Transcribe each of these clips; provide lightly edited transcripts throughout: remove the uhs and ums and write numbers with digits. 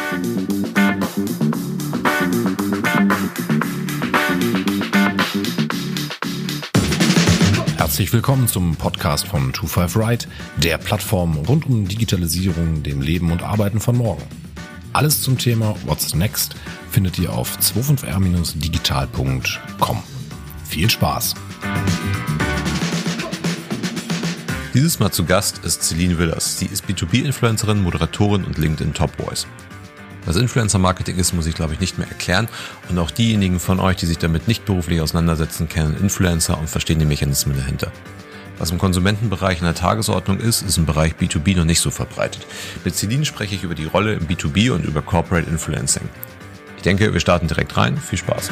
Herzlich willkommen zum Podcast von 25Right, der Plattform rund um Digitalisierung, dem Leben und Arbeiten von morgen. Alles zum Thema What's Next findet ihr auf 25r-digital.com. Viel Spaß! Dieses Mal zu Gast ist Celine Willers. Sie ist B2B-Influencerin, Moderatorin und LinkedIn Top Voice. Was Influencer-Marketing ist, muss ich glaube ich nicht mehr erklären. Und auch diejenigen von euch, die sich damit nicht beruflich auseinandersetzen, kennen Influencer und verstehen die Mechanismen dahinter. Was im Konsumentenbereich in der Tagesordnung ist im Bereich B2B noch nicht so verbreitet. Mit Celine spreche ich über die Rolle im B2B und über Corporate Influencing. Ich denke, wir starten direkt rein. Viel Spaß!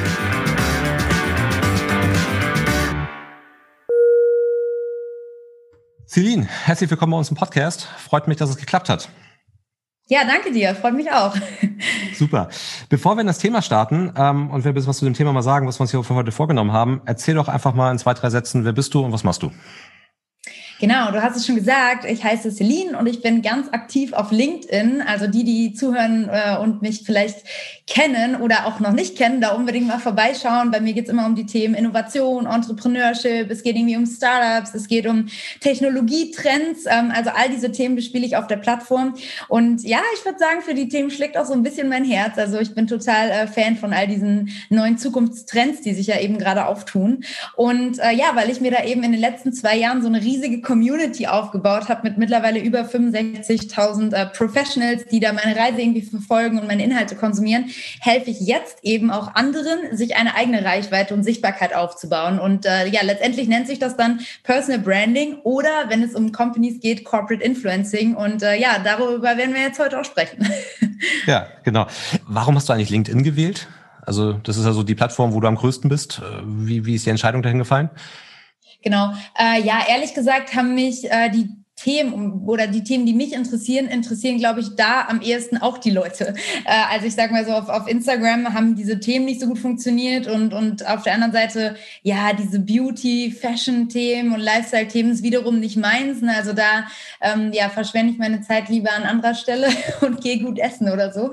Celine, herzlich willkommen bei uns im Podcast. Freut mich, dass es geklappt hat. Ja, danke dir. Freut mich auch. Super. Bevor wir in das Thema starten und wir ein bisschen was zu dem Thema mal sagen, was wir uns hier für heute vorgenommen haben, erzähl doch einfach mal in 2, 3 Sätzen, wer bist du und was machst du? Genau, du hast es schon gesagt, ich heiße Celine und ich bin ganz aktiv auf LinkedIn. Also die zuhören und mich vielleicht kennen oder auch noch nicht kennen, da unbedingt mal vorbeischauen. Bei mir geht es immer um die Themen Innovation, Entrepreneurship, es geht irgendwie um Startups, es geht um Technologietrends. Also all diese Themen bespiele ich auf der Plattform. Und ja, ich würde sagen, für die Themen schlägt auch so ein bisschen mein Herz. Also ich bin total Fan von all diesen neuen Zukunftstrends, die sich ja eben gerade auftun. Und ja, weil ich mir da eben in den letzten 2 Jahren so eine riesige Community aufgebaut habe mit mittlerweile über 65.000 Professionals, die da meine Reise irgendwie verfolgen und meine Inhalte konsumieren, helfe ich jetzt eben auch anderen, sich eine eigene Reichweite und Sichtbarkeit aufzubauen. Und ja, letztendlich nennt sich das dann Personal Branding oder, wenn es um Companies geht, Corporate Influencing. Und ja, darüber werden wir jetzt heute auch sprechen. Ja, genau. Warum hast du eigentlich LinkedIn gewählt? Also das ist ja so die Plattform, wo du am größten bist. Wie ist die Entscheidung dahin gefallen? Genau. Ja, ehrlich gesagt haben mich die Themen, die mich interessieren, glaube ich, da am ehesten auch die Leute. Also ich sage mal so, auf Instagram haben diese Themen nicht so gut funktioniert und auf der anderen Seite, ja, diese Beauty, Fashion-Themen und Lifestyle-Themen ist wiederum nicht meins. Also da ja, verschwende ich meine Zeit lieber an anderer Stelle und gehe gut essen oder so.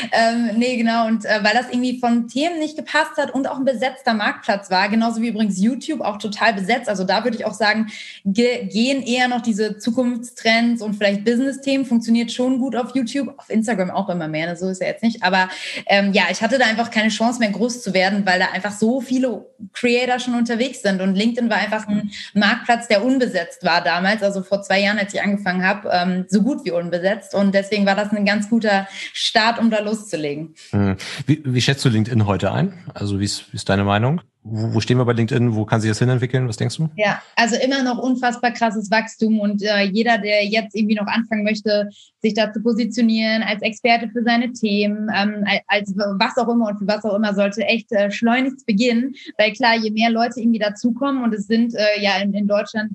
Nee, genau. Und weil das irgendwie von Themen nicht gepasst hat und auch ein besetzter Marktplatz war, genauso wie übrigens YouTube auch total besetzt. Also da würde ich auch sagen, gehen eher noch diese Zukunftstrends und vielleicht Business-Themen, funktioniert schon gut auf YouTube, auf Instagram auch immer mehr, ne? So ist ja jetzt nicht, aber ja, ich hatte da einfach keine Chance mehr groß zu werden, weil da einfach so viele Creator schon unterwegs sind und LinkedIn war einfach ein Marktplatz, der unbesetzt war damals, also vor 2 Jahren, als ich angefangen habe, so gut wie unbesetzt und deswegen war das ein ganz guter Start, um da loszulegen. Wie schätzt du LinkedIn heute ein? Also wie ist deine Meinung? Wo stehen wir bei LinkedIn? Wo kann sich das hinentwickeln? Was denkst du? Ja, also immer noch unfassbar krasses Wachstum und jeder, der jetzt irgendwie noch anfangen möchte, sich da zu positionieren als Experte für seine Themen, als was auch immer und für was auch immer, sollte echt schleunigst beginnen, weil klar, je mehr Leute irgendwie dazukommen und es sind ja in Deutschland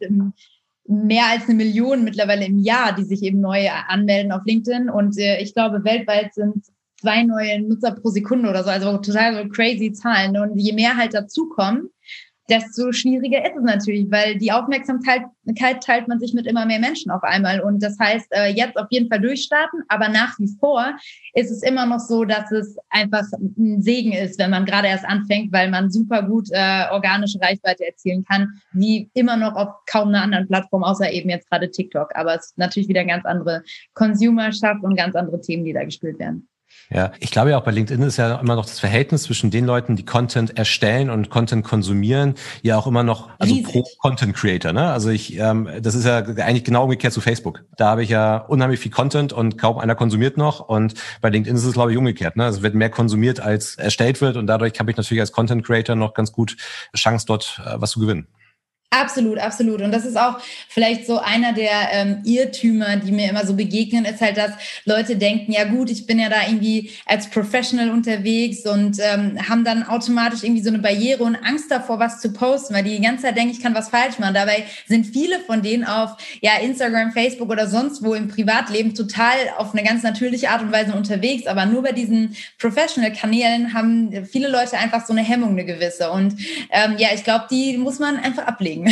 mehr als 1 Million mittlerweile im Jahr, die sich eben neu anmelden auf LinkedIn und ich glaube, weltweit sind 2 neue Nutzer pro Sekunde oder so, also total so crazy Zahlen. Und je mehr halt dazukommen, desto schwieriger ist es natürlich, weil die Aufmerksamkeit teilt man sich mit immer mehr Menschen auf einmal. Und das heißt, jetzt auf jeden Fall durchstarten, aber nach wie vor ist es immer noch so, dass es einfach ein Segen ist, wenn man gerade erst anfängt, weil man super gut organische Reichweite erzielen kann, wie immer noch auf kaum einer anderen Plattform, außer eben jetzt gerade TikTok. Aber es ist natürlich wieder ganz andere Consumerschaft und ganz andere Themen, die da gespielt werden. Ja, ich glaube ja auch bei LinkedIn ist ja immer noch das Verhältnis zwischen den Leuten, die Content erstellen und Content konsumieren, ja auch immer noch, also riesig. Pro Content Creator, ne? Also das ist ja eigentlich genau umgekehrt zu Facebook. Da habe ich ja unheimlich viel Content und kaum einer konsumiert noch und bei LinkedIn ist es, glaube ich, umgekehrt, ne? Also es wird mehr konsumiert als erstellt wird und dadurch habe ich natürlich als Content Creator noch ganz gut Chance dort was zu gewinnen. Absolut, absolut. Und das ist auch vielleicht so einer der Irrtümer, die mir immer so begegnen, ist halt, dass Leute denken, ja gut, ich bin ja da irgendwie als Professional unterwegs und haben dann automatisch irgendwie so eine Barriere und Angst davor, was zu posten, weil die ganze Zeit denken, ich kann was falsch machen. Dabei sind viele von denen auf ja Instagram, Facebook oder sonst wo im Privatleben total auf eine ganz natürliche Art und Weise unterwegs. Aber nur bei diesen Professional-Kanälen haben viele Leute einfach so eine Hemmung, eine gewisse. Und ja, ich glaube, die muss man einfach ablegen. deswegen.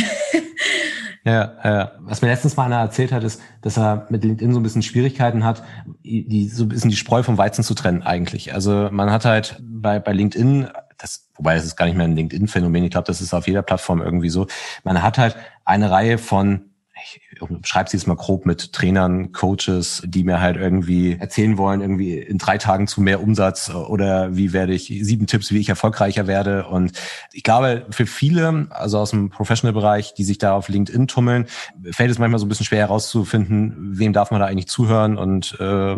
Ja. Was mir letztens mal einer erzählt hat, ist, dass er mit LinkedIn so ein bisschen Schwierigkeiten hat, so ein bisschen die Spreu vom Weizen zu trennen eigentlich. Also man hat halt bei LinkedIn, wobei das ist gar nicht mehr ein LinkedIn-Phänomen, ich glaube, das ist auf jeder Plattform irgendwie so, man hat halt eine Reihe von, ich beschreibe sie jetzt mal grob, mit Trainern, Coaches, die mir halt irgendwie erzählen wollen, irgendwie in 3 Tagen zu mehr Umsatz oder wie werde ich 7 Tipps, wie ich erfolgreicher werde. Und ich glaube, für viele, also aus dem Professional-Bereich, die sich da auf LinkedIn tummeln, fällt es manchmal so ein bisschen schwer herauszufinden, wem darf man da eigentlich zuhören und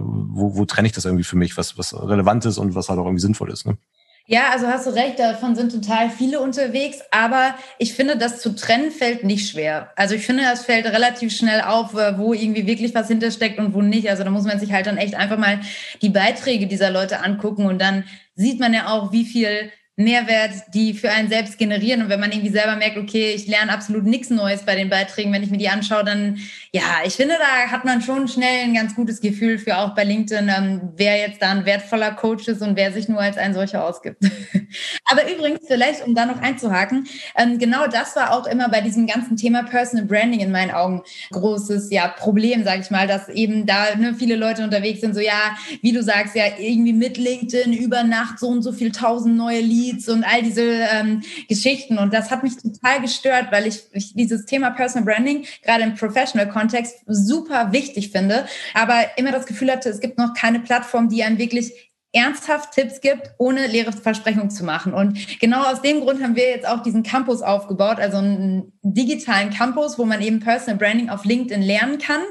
wo trenne ich das irgendwie für mich, was relevant ist und was halt auch irgendwie sinnvoll ist, ne? Ja, also hast du recht, davon sind total viele unterwegs, aber ich finde, das zu trennen fällt nicht schwer. Also ich finde, das fällt relativ schnell auf, wo irgendwie wirklich was hintersteckt und wo nicht. Also da muss man sich halt dann echt einfach mal die Beiträge dieser Leute angucken und dann sieht man ja auch, wie viel Mehrwert die für einen selbst generieren. Und wenn man irgendwie selber merkt, okay, ich lerne absolut nichts Neues bei den Beiträgen, wenn ich mir die anschaue, dann, ja, ich finde, da hat man schon schnell ein ganz gutes Gefühl für auch bei LinkedIn, wer jetzt da ein wertvoller Coach ist und wer sich nur als ein solcher ausgibt. Aber übrigens, vielleicht, um da noch einzuhaken, genau das war auch immer bei diesem ganzen Thema Personal Branding in meinen Augen großes, Problem, sage ich mal, dass eben da viele Leute unterwegs sind, so, ja, wie du sagst, ja, irgendwie mit LinkedIn über Nacht so und so viel 1000 neue Leads und all diese Geschichten. Und das hat mich total gestört, weil ich dieses Thema Personal Branding gerade im Professional-Kontext super wichtig finde, aber immer das Gefühl hatte, es gibt noch keine Plattform, die einem wirklich ernsthaft Tipps gibt, ohne leere Versprechungen zu machen. Und genau aus dem Grund haben wir jetzt auch diesen Campus aufgebaut, also einen digitalen Campus, wo man eben Personal Branding auf LinkedIn lernen kann.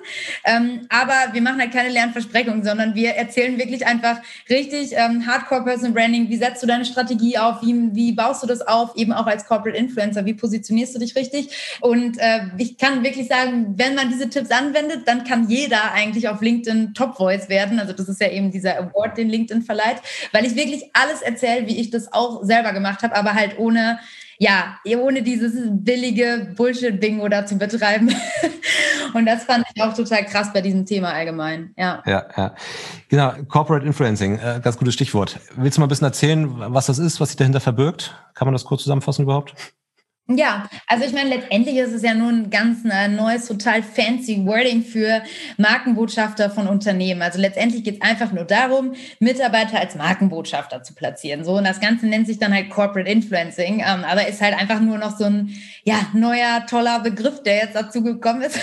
Aber wir machen halt keine Lernversprechungen, sondern wir erzählen wirklich einfach richtig Hardcore Personal Branding. Wie setzt du deine Strategie auf? Wie baust du das auf? Eben auch als Corporate Influencer. Wie positionierst du dich richtig? Und ich kann wirklich sagen, wenn man diese Tipps anwendet, dann kann jeder eigentlich auf LinkedIn Top Voice werden. Also das ist ja eben dieser Award, den LinkedIn verleiht, weil ich wirklich alles erzähle, wie ich das auch selber gemacht habe, aber halt ohne dieses billige Bullshit-Bingo da zu betreiben. Und das fand ich auch total krass bei diesem Thema allgemein. Ja. Genau, Corporate Influencing, ganz gutes Stichwort. Willst du mal ein bisschen erzählen, was das ist, was sich dahinter verbirgt? Kann man das kurz zusammenfassen überhaupt? Ja, also ich meine, letztendlich ist es ja nur ein ganz neues, total fancy Wording für Markenbotschafter von Unternehmen. Also letztendlich geht es einfach nur darum, Mitarbeiter als Markenbotschafter zu platzieren. So, und das Ganze nennt sich dann halt Corporate Influencing, aber ist halt einfach nur noch so ein neuer, toller Begriff, der jetzt dazu gekommen ist.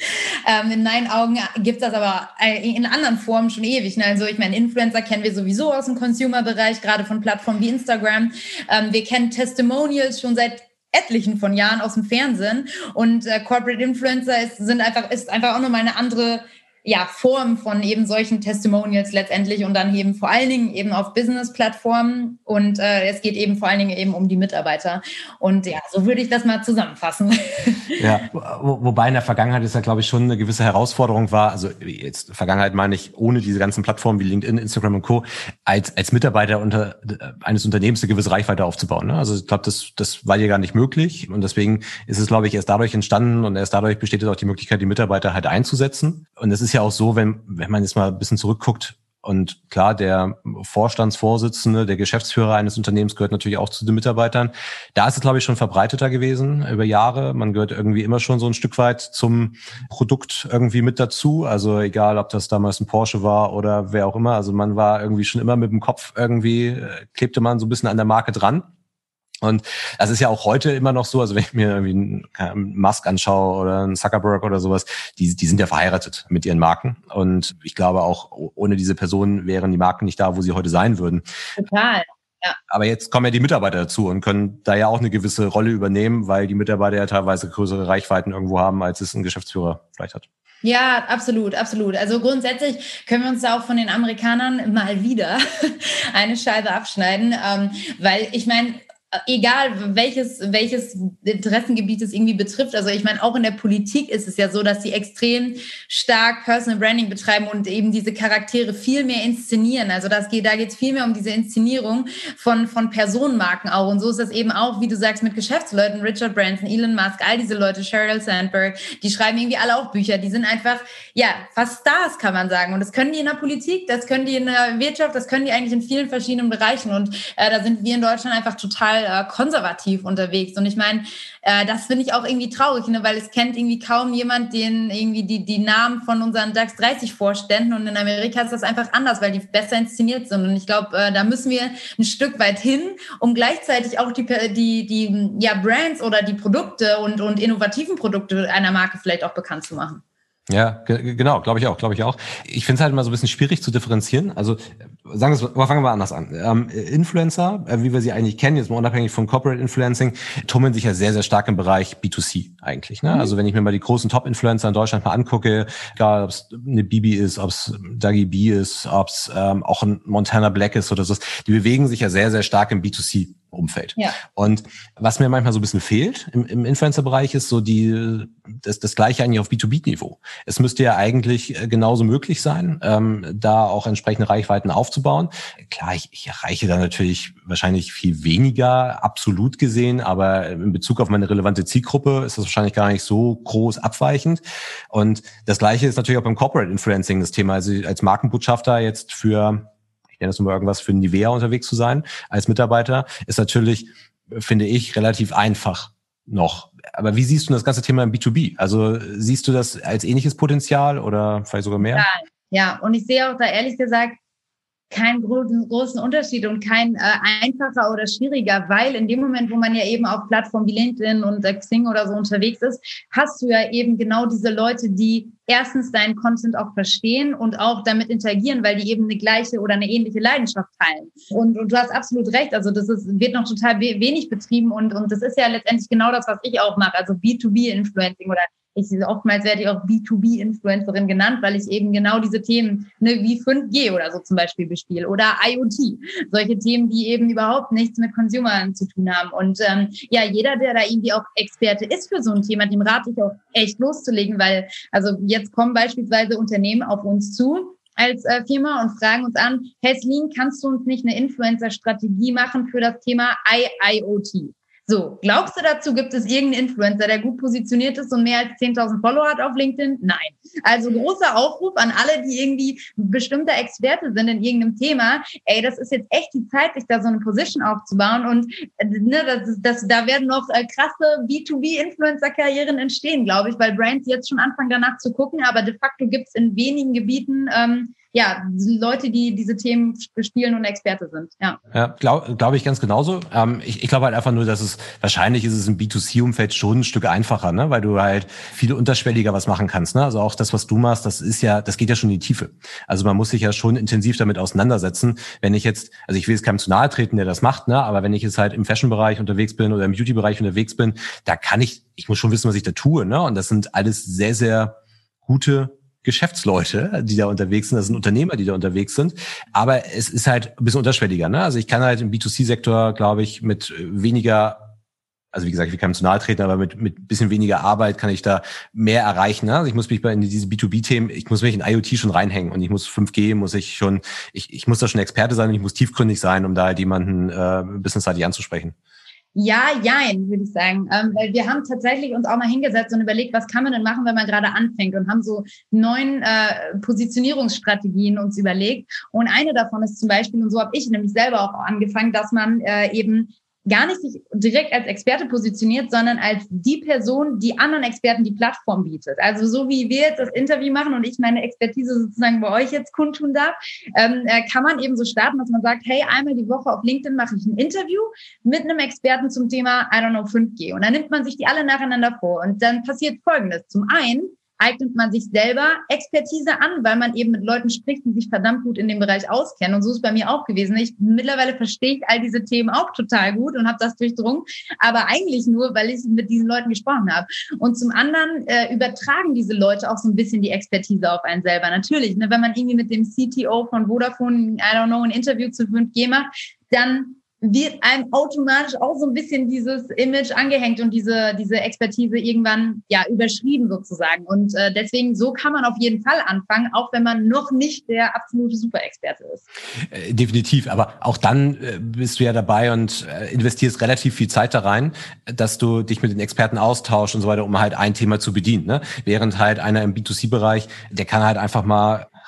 In meinen Augen gibt es das aber in anderen Formen schon ewig. Ne? Also ich meine, Influencer kennen wir sowieso aus dem Consumer-Bereich, gerade von Plattformen wie Instagram. Wir kennen Testimonials schon seit etlichen von Jahren aus dem Fernsehen und Corporate Influencer ist einfach auch nochmal eine andere Form von eben solchen Testimonials letztendlich und dann eben vor allen Dingen eben auf Business-Plattformen und es geht eben vor allen Dingen eben um die Mitarbeiter und so würde ich das mal zusammenfassen. Ja, wobei in der Vergangenheit ist ja, glaube ich, schon eine gewisse Herausforderung war, also jetzt Vergangenheit meine ich, ohne diese ganzen Plattformen wie LinkedIn, Instagram und Co., als Mitarbeiter eines Unternehmens eine gewisse Reichweite aufzubauen. Ne? Also ich glaube, das war hier gar nicht möglich und deswegen ist es, glaube ich, erst dadurch entstanden und erst dadurch besteht auch die Möglichkeit, die Mitarbeiter halt einzusetzen. Und es ist ja auch so, wenn man jetzt mal ein bisschen zurückguckt, und klar, der Vorstandsvorsitzende, der Geschäftsführer eines Unternehmens gehört natürlich auch zu den Mitarbeitern. Da ist es, glaube ich, schon verbreiteter gewesen über Jahre. Man gehört irgendwie immer schon so ein Stück weit zum Produkt irgendwie mit dazu. Also egal, ob das damals ein Porsche war oder wer auch immer. Also man war irgendwie schon immer mit dem Kopf irgendwie, klebte man so ein bisschen an der Marke dran. Und das ist ja auch heute immer noch so, also wenn ich mir irgendwie einen Musk anschaue oder einen Zuckerberg oder sowas, die sind ja verheiratet mit ihren Marken. Und ich glaube auch, ohne diese Personen wären die Marken nicht da, wo sie heute sein würden. Total. Ja. Aber jetzt kommen ja die Mitarbeiter dazu und können da ja auch eine gewisse Rolle übernehmen, weil die Mitarbeiter ja teilweise größere Reichweiten irgendwo haben, als es ein Geschäftsführer vielleicht hat. Ja, absolut, absolut. Also grundsätzlich können wir uns da auch von den Amerikanern mal wieder eine Scheibe abschneiden, weil ich meine, egal welches Interessengebiet es irgendwie betrifft. Also ich meine, auch in der Politik ist es ja so, dass sie extrem stark Personal Branding betreiben und eben diese Charaktere viel mehr inszenieren. Also da geht es viel mehr um diese Inszenierung von Personenmarken auch. Und so ist das eben auch, wie du sagst, mit Geschäftsleuten, Richard Branson, Elon Musk, all diese Leute, Sheryl Sandberg, die schreiben irgendwie alle auch Bücher. Die sind einfach, fast Stars, kann man sagen. Und das können die in der Politik, das können die in der Wirtschaft, das können die eigentlich in vielen verschiedenen Bereichen. Und da sind wir in Deutschland einfach total total konservativ unterwegs. Und ich meine, das finde ich auch irgendwie traurig, ne? Weil es kennt irgendwie kaum jemand den irgendwie die Namen von unseren DAX 30 Vorständen. Und in Amerika ist das einfach anders, weil die besser inszeniert sind. Und ich glaube, da müssen wir ein Stück weit hin, um gleichzeitig auch die Brands oder die Produkte und innovativen Produkte einer Marke vielleicht auch bekannt zu machen. Ja, genau, glaube ich auch. Ich finde es halt immer so ein bisschen schwierig zu differenzieren. Also fangen wir anders an. Influencer, wie wir sie eigentlich kennen, jetzt mal unabhängig von Corporate Influencing, tummeln sich ja sehr, sehr stark im Bereich B2C eigentlich. Ne? Also wenn ich mir mal die großen Top-Influencer in Deutschland mal angucke, egal ob es eine Bibi ist, ob es Dagi B ist, ob es auch ein Montana Black ist oder so, die bewegen sich ja sehr, sehr stark im B2C-Umfeld. Ja. Und was mir manchmal so ein bisschen fehlt im Influencer-Bereich ist so das Gleiche eigentlich auf B2B-Niveau. Es müsste ja eigentlich genauso möglich sein, da auch entsprechende Reichweiten aufzubauen. Klar, ich erreiche da natürlich wahrscheinlich viel weniger, absolut gesehen, aber in Bezug auf meine relevante Zielgruppe ist das wahrscheinlich gar nicht so groß abweichend. Und das Gleiche ist natürlich auch beim Corporate Influencing das Thema. Also als Markenbotschafter jetzt ich nenne das mal irgendwas, für Nivea unterwegs zu sein als Mitarbeiter, ist natürlich, finde ich, relativ einfach noch. Aber wie siehst du das ganze Thema im B2B? Also siehst du das als ähnliches Potenzial oder vielleicht sogar mehr? Ja, und ich sehe auch da ehrlich gesagt keinen großen Unterschied und kein einfacher oder schwieriger, weil in dem Moment, wo man ja eben auf Plattformen wie LinkedIn und Xing oder so unterwegs ist, hast du ja eben genau diese Leute, die erstens deinen Content auch verstehen und auch damit interagieren, weil die eben eine gleiche oder eine ähnliche Leidenschaft teilen. Und du hast absolut recht, also wird noch total wenig betrieben und das ist ja letztendlich genau das, was ich auch mache, also B2B-Influencing oder oftmals werde ich auch B2B-Influencerin genannt, weil ich eben genau diese Themen wie 5G oder so zum Beispiel bespiele oder IoT. Solche Themen, die eben überhaupt nichts mit Consumern zu tun haben. Und jeder, der da irgendwie auch Experte ist für so ein Thema, dem rate ich auch echt loszulegen, weil also jetzt kommen beispielsweise Unternehmen auf uns zu als Firma und fragen uns an, hey Celine, kannst du uns nicht eine Influencer-Strategie machen für das Thema IoT? So, glaubst du dazu, gibt es irgendeinen Influencer, der gut positioniert ist und mehr als 10.000 Follower hat auf LinkedIn? Nein. Also großer Aufruf an alle, die irgendwie bestimmter Experte sind in irgendeinem Thema. Ey, das ist jetzt echt die Zeit, sich da so eine Position aufzubauen und da werden noch krasse B2B-Influencer-Karrieren entstehen, glaube ich, weil Brands jetzt schon anfangen danach zu gucken, aber de facto gibt es in wenigen Gebieten Leute, die diese Themen bespielen und Experte sind. Ja, glaube ich ganz genauso. Ich glaube halt einfach nur, dass wahrscheinlich ist es im B2C-Umfeld schon ein Stück einfacher, ne, weil du halt viel unterschwelliger was machen kannst, ne? Also auch das, was du machst, das geht ja schon in die Tiefe. Also man muss sich ja schon intensiv damit auseinandersetzen. Wenn ich jetzt, also ich will jetzt keinem zu nahe treten, der das macht, ne, aber wenn ich jetzt halt im Fashion-Bereich unterwegs bin oder im Beauty-Bereich unterwegs bin, da ich muss schon wissen, was ich da tue, ne? Und das sind alles sehr, sehr gute Geschäftsleute, die da unterwegs sind, das sind Unternehmer, die da unterwegs sind, aber es ist halt ein bisschen unterschwelliger, ne? Also ich kann halt im B2C-Sektor, glaube ich, mit weniger, also wie gesagt, ich will keinem zu nahe treten, aber mit bisschen weniger Arbeit kann ich da mehr erreichen, ne? Also ich muss mich in diese B2B-Themen, ich muss mich in IoT schon reinhängen und ich muss 5G, ich muss da schon Experte sein und ich muss tiefgründig sein, um da halt jemanden businessseitig anzusprechen. Ja, jein, würde ich sagen. Weil wir haben tatsächlich uns auch mal hingesetzt und überlegt, was kann man denn machen, wenn man gerade anfängt und haben so 9 Positionierungsstrategien uns überlegt. Und eine davon ist zum Beispiel, und so habe ich nämlich selber auch angefangen, dass man eben gar nicht sich direkt als Experte positioniert, sondern als die Person, die anderen Experten die Plattform bietet. Also so wie wir jetzt das Interview machen und ich meine Expertise sozusagen bei euch jetzt kundtun darf, kann man eben so starten, dass man sagt, hey, einmal die Woche auf LinkedIn mache ich ein Interview mit einem Experten zum Thema, 5G. Und dann nimmt man sich die alle nacheinander vor. Und dann passiert Folgendes. Zum einen eignet man sich selber Expertise an, weil man eben mit Leuten spricht, die sich verdammt gut in dem Bereich auskennen. Und so ist es bei mir auch gewesen. Mittlerweile verstehe ich all diese Themen auch total gut und habe das durchdrungen, aber eigentlich nur, weil ich mit diesen Leuten gesprochen habe. Und zum anderen übertragen diese Leute auch so ein bisschen die Expertise auf einen selber. Natürlich, ne, wenn man irgendwie mit dem CTO von Vodafone, ein Interview zu 5G macht, dann wird einem automatisch auch so ein bisschen dieses Image angehängt und diese Expertise irgendwann überschrieben sozusagen. Und deswegen, so kann man auf jeden Fall anfangen, auch wenn man noch nicht der absolute Superexperte ist. Definitiv, aber auch dann bist du ja dabei und investierst relativ viel Zeit da rein, dass du dich mit den Experten austauschst und so weiter, um halt ein Thema zu bedienen, ne? Während halt einer im B2C-Bereich, der kann halt einfach mal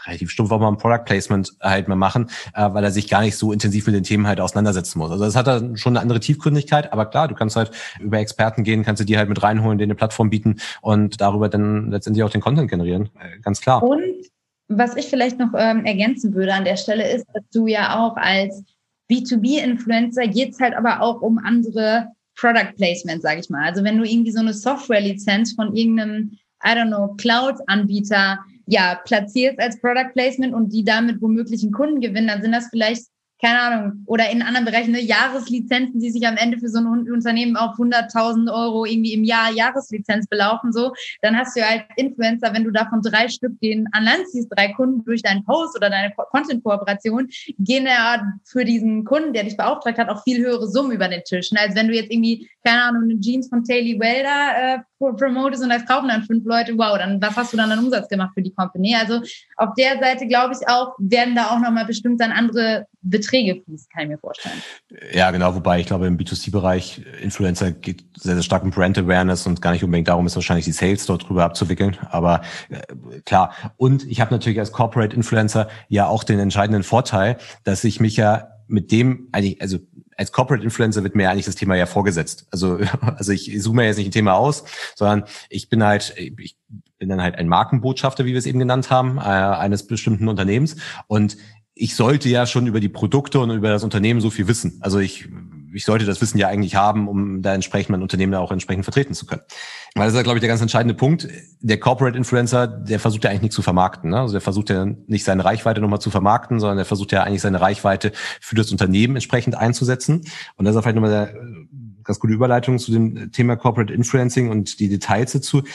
relativ stumpf auch mal ein Product Placement halt mal machen, weil er sich gar nicht so intensiv mit den Themen halt auseinandersetzen muss. Also das hat dann schon eine andere Tiefgründigkeit, aber klar, du kannst halt über Experten gehen, kannst du die halt mit reinholen, denen eine Plattform bieten und darüber dann letztendlich auch den Content generieren. Ganz klar. Und was ich vielleicht noch ergänzen würde an der Stelle ist, dass du ja auch als B2B-Influencer geht's halt aber auch um andere Product Placement, sage ich mal. Also wenn du irgendwie so eine Software-Lizenz von irgendeinem, I don't know, Cloud-Anbieter platzierst als Product Placement und die damit womöglich einen Kunden gewinnen, dann sind das vielleicht, keine Ahnung, oder in anderen Bereichen Jahreslizenzen, die sich am Ende für so ein Unternehmen auf 100.000 € irgendwie im Jahr Jahreslizenz belaufen, so, dann hast du ja als Influencer, wenn du davon 3 Stück den an Land ziehst, 3 Kunden durch deinen Post oder deine Content-Kooperation, gehen ja für diesen Kunden, der dich beauftragt hat, auch viel höhere Summen über den Tisch. Als wenn du jetzt irgendwie, keine Ahnung, eine Jeans von Taylor Welder promotest und das kaufen dann 5 Leute, wow, dann was hast du dann an Umsatz gemacht für die Company? Also auf der Seite, glaube ich auch, werden da auch nochmal bestimmt dann andere Beträge fließen, kann ich mir vorstellen. Ja, genau, wobei ich glaube, im B2C-Bereich Influencer geht sehr, sehr stark um Brand Awareness und gar nicht unbedingt darum, ist wahrscheinlich die Sales dort drüber abzuwickeln. Aber klar, und ich habe natürlich als Corporate Influencer ja auch den entscheidenden Vorteil, dass ich mich ja mit dem eigentlich, also als Corporate Influencer wird mir eigentlich das Thema ja vorgesetzt. Also ich suche mir jetzt nicht ein Thema aus, sondern ich bin dann halt ein Markenbotschafter, wie wir es eben genannt haben, eines bestimmten Unternehmens. Und ich sollte ja schon über die Produkte und über das Unternehmen so viel wissen. Also ich sollte das Wissen ja eigentlich haben, um da entsprechend mein Unternehmen da auch entsprechend vertreten zu können. Weil das ist ja, glaube ich, der ganz entscheidende Punkt. Der Corporate Influencer, der versucht ja eigentlich nichts zu vermarkten. Ne? Also der versucht ja nicht seine Reichweite nochmal zu vermarkten, sondern der versucht ja eigentlich seine Reichweite für das Unternehmen entsprechend einzusetzen. Und das ist vielleicht nochmal eine ganz gute Überleitung zu dem Thema Corporate Influencing und die Details dazu.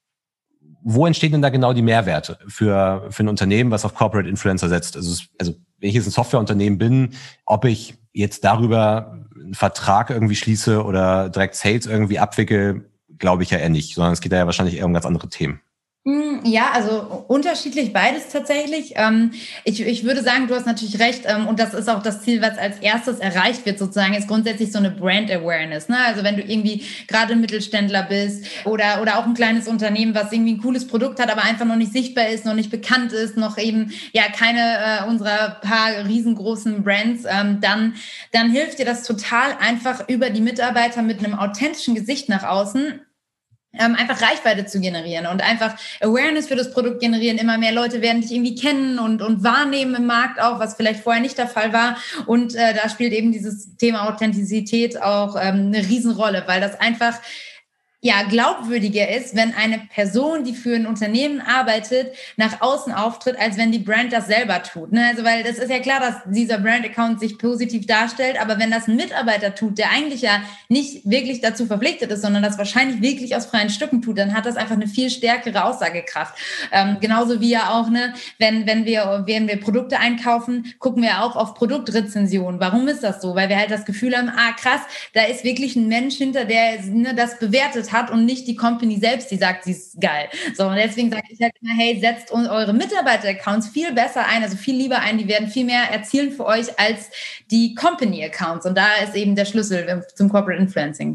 Wo entstehen denn da genau die Mehrwerte für ein Unternehmen, was auf Corporate Influencer setzt? Also wenn ich jetzt ein Softwareunternehmen bin, ob ich jetzt darüber einen Vertrag irgendwie schließe oder direkt Sales irgendwie abwickle, glaube ich ja eher nicht, sondern es geht da ja wahrscheinlich eher um ganz andere Themen. Ja, also unterschiedlich beides tatsächlich. Ich würde sagen, du hast natürlich recht, und das ist auch das Ziel, was als erstes erreicht wird sozusagen, ist grundsätzlich so eine Brand Awareness. Ne? Also wenn du irgendwie gerade Mittelständler bist oder auch ein kleines Unternehmen, was irgendwie ein cooles Produkt hat, aber einfach noch nicht sichtbar ist, noch nicht bekannt ist, noch eben keine unserer paar riesengroßen Brands, dann hilft dir das total einfach über die Mitarbeiter mit einem authentischen Gesicht nach außen einfach Reichweite zu generieren und einfach Awareness für das Produkt generieren. Immer mehr Leute werden dich irgendwie kennen und wahrnehmen im Markt auch, was vielleicht vorher nicht der Fall war. Und da spielt eben dieses Thema Authentizität auch eine Riesenrolle, weil das einfach glaubwürdiger ist, wenn eine Person, die für ein Unternehmen arbeitet, nach außen auftritt, als wenn die Brand das selber tut. Ne? Also, weil das ist ja klar, dass dieser Brand-Account sich positiv darstellt, aber wenn das ein Mitarbeiter tut, der eigentlich ja nicht wirklich dazu verpflichtet ist, sondern das wahrscheinlich wirklich aus freien Stücken tut, dann hat das einfach eine viel stärkere Aussagekraft. Genauso wie ja auch, ne, wenn wir Produkte einkaufen, gucken wir auch auf Produktrezensionen. Warum ist das so? Weil wir halt das Gefühl haben, krass, da ist wirklich ein Mensch hinter, der das bewertet hat und nicht die Company selbst, die sagt, sie ist geil. So, und deswegen sage ich halt immer, hey, setzt eure Mitarbeiter-Accounts viel besser ein, also viel lieber ein, die werden viel mehr erzielen für euch als die Company-Accounts. Und da ist eben der Schlüssel zum Corporate Influencing.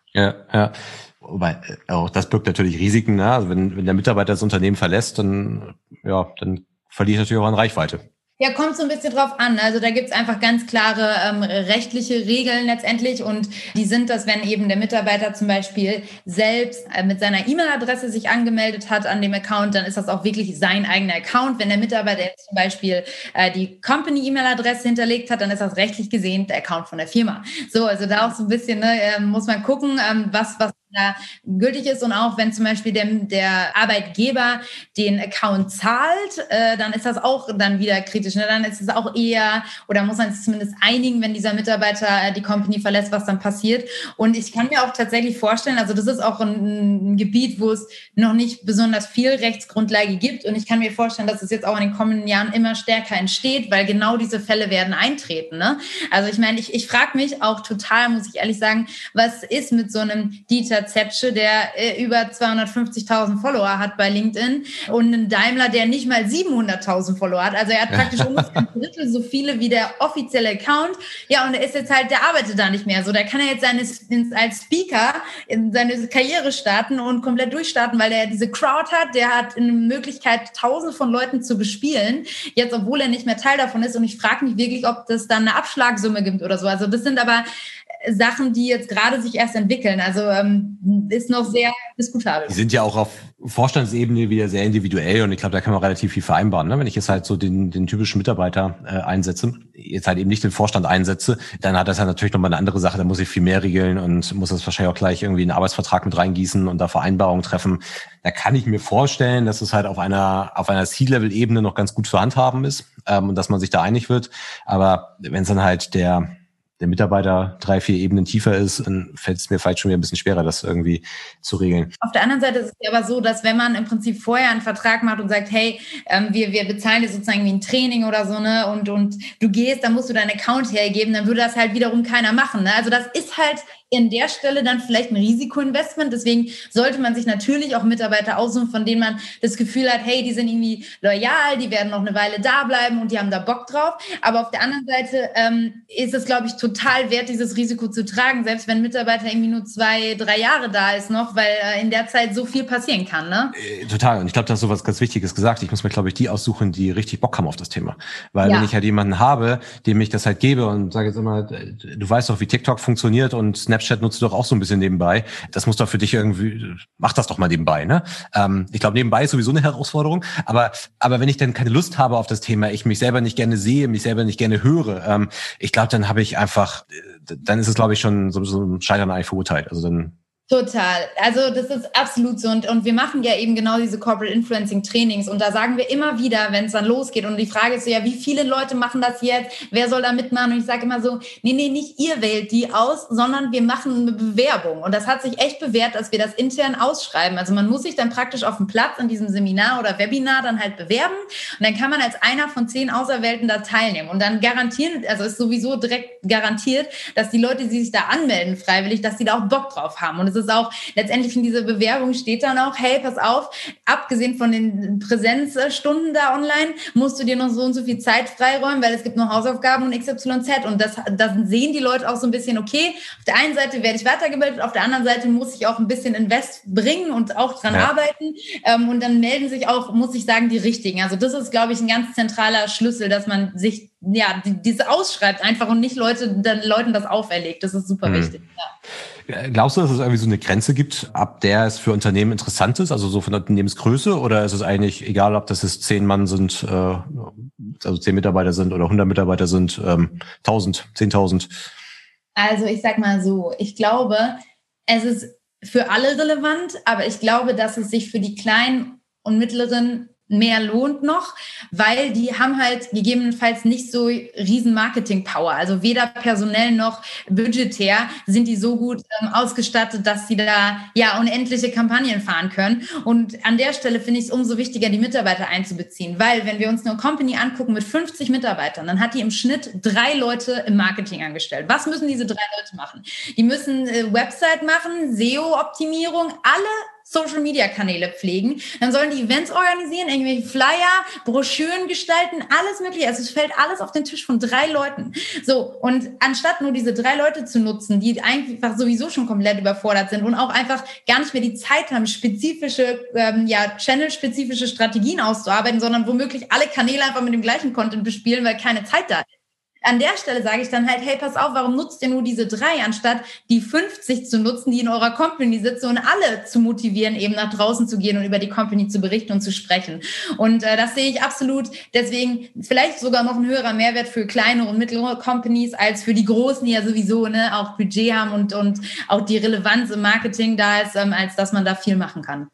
Ja. Wobei, auch das birgt natürlich Risiken. Ne? Also wenn der Mitarbeiter das Unternehmen verlässt, dann verliert er natürlich auch an Reichweite. Ja, kommt so ein bisschen drauf an. Also da gibt's einfach ganz klare rechtliche Regeln letztendlich und die sind, dass wenn eben der Mitarbeiter zum Beispiel selbst mit seiner E-Mail-Adresse sich angemeldet hat an dem Account, dann ist das auch wirklich sein eigener Account. Wenn der Mitarbeiter jetzt zum Beispiel die Company-E-Mail-Adresse hinterlegt hat, dann ist das rechtlich gesehen der Account von der Firma. So, also da auch so ein bisschen muss man gucken, was da gültig ist und auch wenn zum Beispiel der Arbeitgeber den Account zahlt, dann ist das auch dann wieder kritisch. Ne? Dann ist es auch eher, oder muss man es zumindest einigen, wenn dieser Mitarbeiter die Company verlässt, was dann passiert. Und ich kann mir auch tatsächlich vorstellen, also das ist auch ein Gebiet, wo es noch nicht besonders viel Rechtsgrundlage gibt und ich kann mir vorstellen, dass es jetzt auch in den kommenden Jahren immer stärker entsteht, weil genau diese Fälle werden eintreten. Ne? Also ich meine, ich frage mich auch total, muss ich ehrlich sagen, was ist mit so einem Dieter Peter Zetsche, der über 250.000 Follower hat bei LinkedIn und einen Daimler, der nicht mal 700.000 Follower hat. Also er hat praktisch ungefähr ein Drittel so viele wie der offizielle Account. Ja, und er ist jetzt halt, der arbeitet da nicht mehr so. Da kann er jetzt als Speaker in seine Karriere starten und komplett durchstarten, weil er diese Crowd hat. Der hat eine Möglichkeit, Tausende von Leuten zu bespielen. Jetzt, obwohl er nicht mehr Teil davon ist. Und ich frage mich wirklich, ob das dann eine Abschlagsumme gibt oder so. Also das sind aber Sachen, die jetzt gerade sich erst entwickeln. Also ist noch sehr diskutabel. Die sind ja auch auf Vorstandsebene wieder sehr individuell und ich glaube, da kann man relativ viel vereinbaren. Ne? Wenn ich jetzt halt so den typischen Mitarbeiter einsetze, jetzt halt eben nicht den Vorstand einsetze, dann hat das ja natürlich nochmal eine andere Sache. Da muss ich viel mehr regeln und muss das wahrscheinlich auch gleich irgendwie in einen Arbeitsvertrag mit reingießen und da Vereinbarungen treffen. Da kann ich mir vorstellen, dass es halt auf einer C-Level-Ebene noch ganz gut zu handhaben ist und dass man sich da einig wird. Aber wenn es dann halt der Mitarbeiter 3-4 Ebenen tiefer ist, dann fällt es mir vielleicht schon wieder ein bisschen schwerer, das irgendwie zu regeln. Auf der anderen Seite ist es aber so, dass wenn man im Prinzip vorher einen Vertrag macht und sagt, hey, wir bezahlen dir sozusagen wie ein Training oder so, ne, und du gehst, dann musst du deinen Account hergeben, dann würde das halt wiederum keiner machen, ne? Also das ist halt in der Stelle dann vielleicht ein Risikoinvestment. Deswegen sollte man sich natürlich auch Mitarbeiter aussuchen, von denen man das Gefühl hat, hey, die sind irgendwie loyal, die werden noch eine Weile da bleiben und die haben da Bock drauf. Aber auf der anderen Seite ist es, glaube ich, total wert, dieses Risiko zu tragen, selbst wenn ein Mitarbeiter irgendwie nur 2-3 Jahre da ist noch, weil in der Zeit so viel passieren kann, ne? Total. Und ich glaube, da hast du was ganz Wichtiges gesagt. Ich muss mir, glaube ich, die aussuchen, die richtig Bock haben auf das Thema. Weil wenn ich halt jemanden habe, dem ich das halt gebe und sage jetzt immer, du weißt doch, wie TikTok funktioniert und Snapchat nutzt du doch auch so ein bisschen nebenbei. Das muss doch für dich irgendwie, mach das doch mal nebenbei, ne? Ich glaube, nebenbei ist sowieso eine Herausforderung. Aber wenn ich dann keine Lust habe auf das Thema, ich mich selber nicht gerne sehe, mich selber nicht gerne höre, ich glaube, dann habe ich einfach, dann ist es, glaube ich, schon so ein Scheitern eigentlich verurteilt. Also dann Total. Also das ist absolut so. Und wir machen ja eben genau diese Corporate Influencing Trainings. Und da sagen wir immer wieder, wenn es dann losgeht. Und die Frage ist so, ja, wie viele Leute machen das jetzt? Wer soll da mitmachen? Und ich sage immer so, nee, nicht ihr wählt die aus, sondern wir machen eine Bewerbung. Und das hat sich echt bewährt, dass wir das intern ausschreiben. Also man muss sich dann praktisch auf dem Platz in diesem Seminar oder Webinar dann halt bewerben. Und dann kann man als einer von 10 Auserwählten da teilnehmen. Und dann garantieren, also ist sowieso direkt garantiert, dass die Leute, die sich da anmelden freiwillig, dass die da auch Bock drauf haben. Und es ist auch, letztendlich in dieser Bewerbung steht dann auch, hey, pass auf, abgesehen von den Präsenzstunden da online, musst du dir noch so und so viel Zeit freiräumen, weil es gibt noch Hausaufgaben und XYZ. Und das sehen die Leute auch so ein bisschen, okay, auf der einen Seite werde ich weitergebildet, auf der anderen Seite muss ich auch ein bisschen Invest bringen und auch dran arbeiten. Und dann melden sich auch, muss ich sagen, die Richtigen. Also das ist, glaube ich, ein ganz zentraler Schlüssel, dass man sich diese ausschreibt einfach und nicht Leuten das auferlegt. Das ist super wichtig. Ja. Glaubst du, dass es irgendwie so eine Grenze gibt, ab der es für Unternehmen interessant ist, also so von der Unternehmensgröße, oder ist es eigentlich egal, ob das jetzt 10 Mann sind, also 10 Mitarbeiter sind oder 100 Mitarbeiter sind, 1000, 10.000? Also ich sag mal so, ich glaube, es ist für alle relevant, aber ich glaube, dass es sich für die kleinen und mittleren mehr lohnt noch, weil die haben halt gegebenenfalls nicht so riesen Marketing-Power. Also weder personell noch budgetär sind die so gut ausgestattet, dass sie da unendliche Kampagnen fahren können. Und an der Stelle finde ich es umso wichtiger, die Mitarbeiter einzubeziehen, weil wenn wir uns eine Company angucken mit 50 Mitarbeitern, dann hat die im Schnitt 3 Leute im Marketing angestellt. Was müssen diese 3 Leute machen? Die müssen Website machen, SEO-Optimierung, alle Social-Media-Kanäle pflegen, dann sollen die Events organisieren, irgendwelche Flyer, Broschüren gestalten, alles mögliche. Also es fällt alles auf den Tisch von 3 Leuten. So, und anstatt nur diese 3 Leute zu nutzen, die einfach sowieso schon komplett überfordert sind und auch einfach gar nicht mehr die Zeit haben, spezifische, channel-spezifische Strategien auszuarbeiten, sondern womöglich alle Kanäle einfach mit dem gleichen Content bespielen, weil keine Zeit da ist. An der Stelle sage ich dann halt, hey, pass auf, warum nutzt ihr nur diese 3, anstatt die 50 zu nutzen, die in eurer Company sitzen und alle zu motivieren, eben nach draußen zu gehen und über die Company zu berichten und zu sprechen. Und das sehe ich absolut. Deswegen vielleicht sogar noch ein höherer Mehrwert für kleine und mittlere Companies als für die großen, die ja sowieso auch Budget haben und auch die Relevanz im Marketing da ist, als dass man da viel machen kann.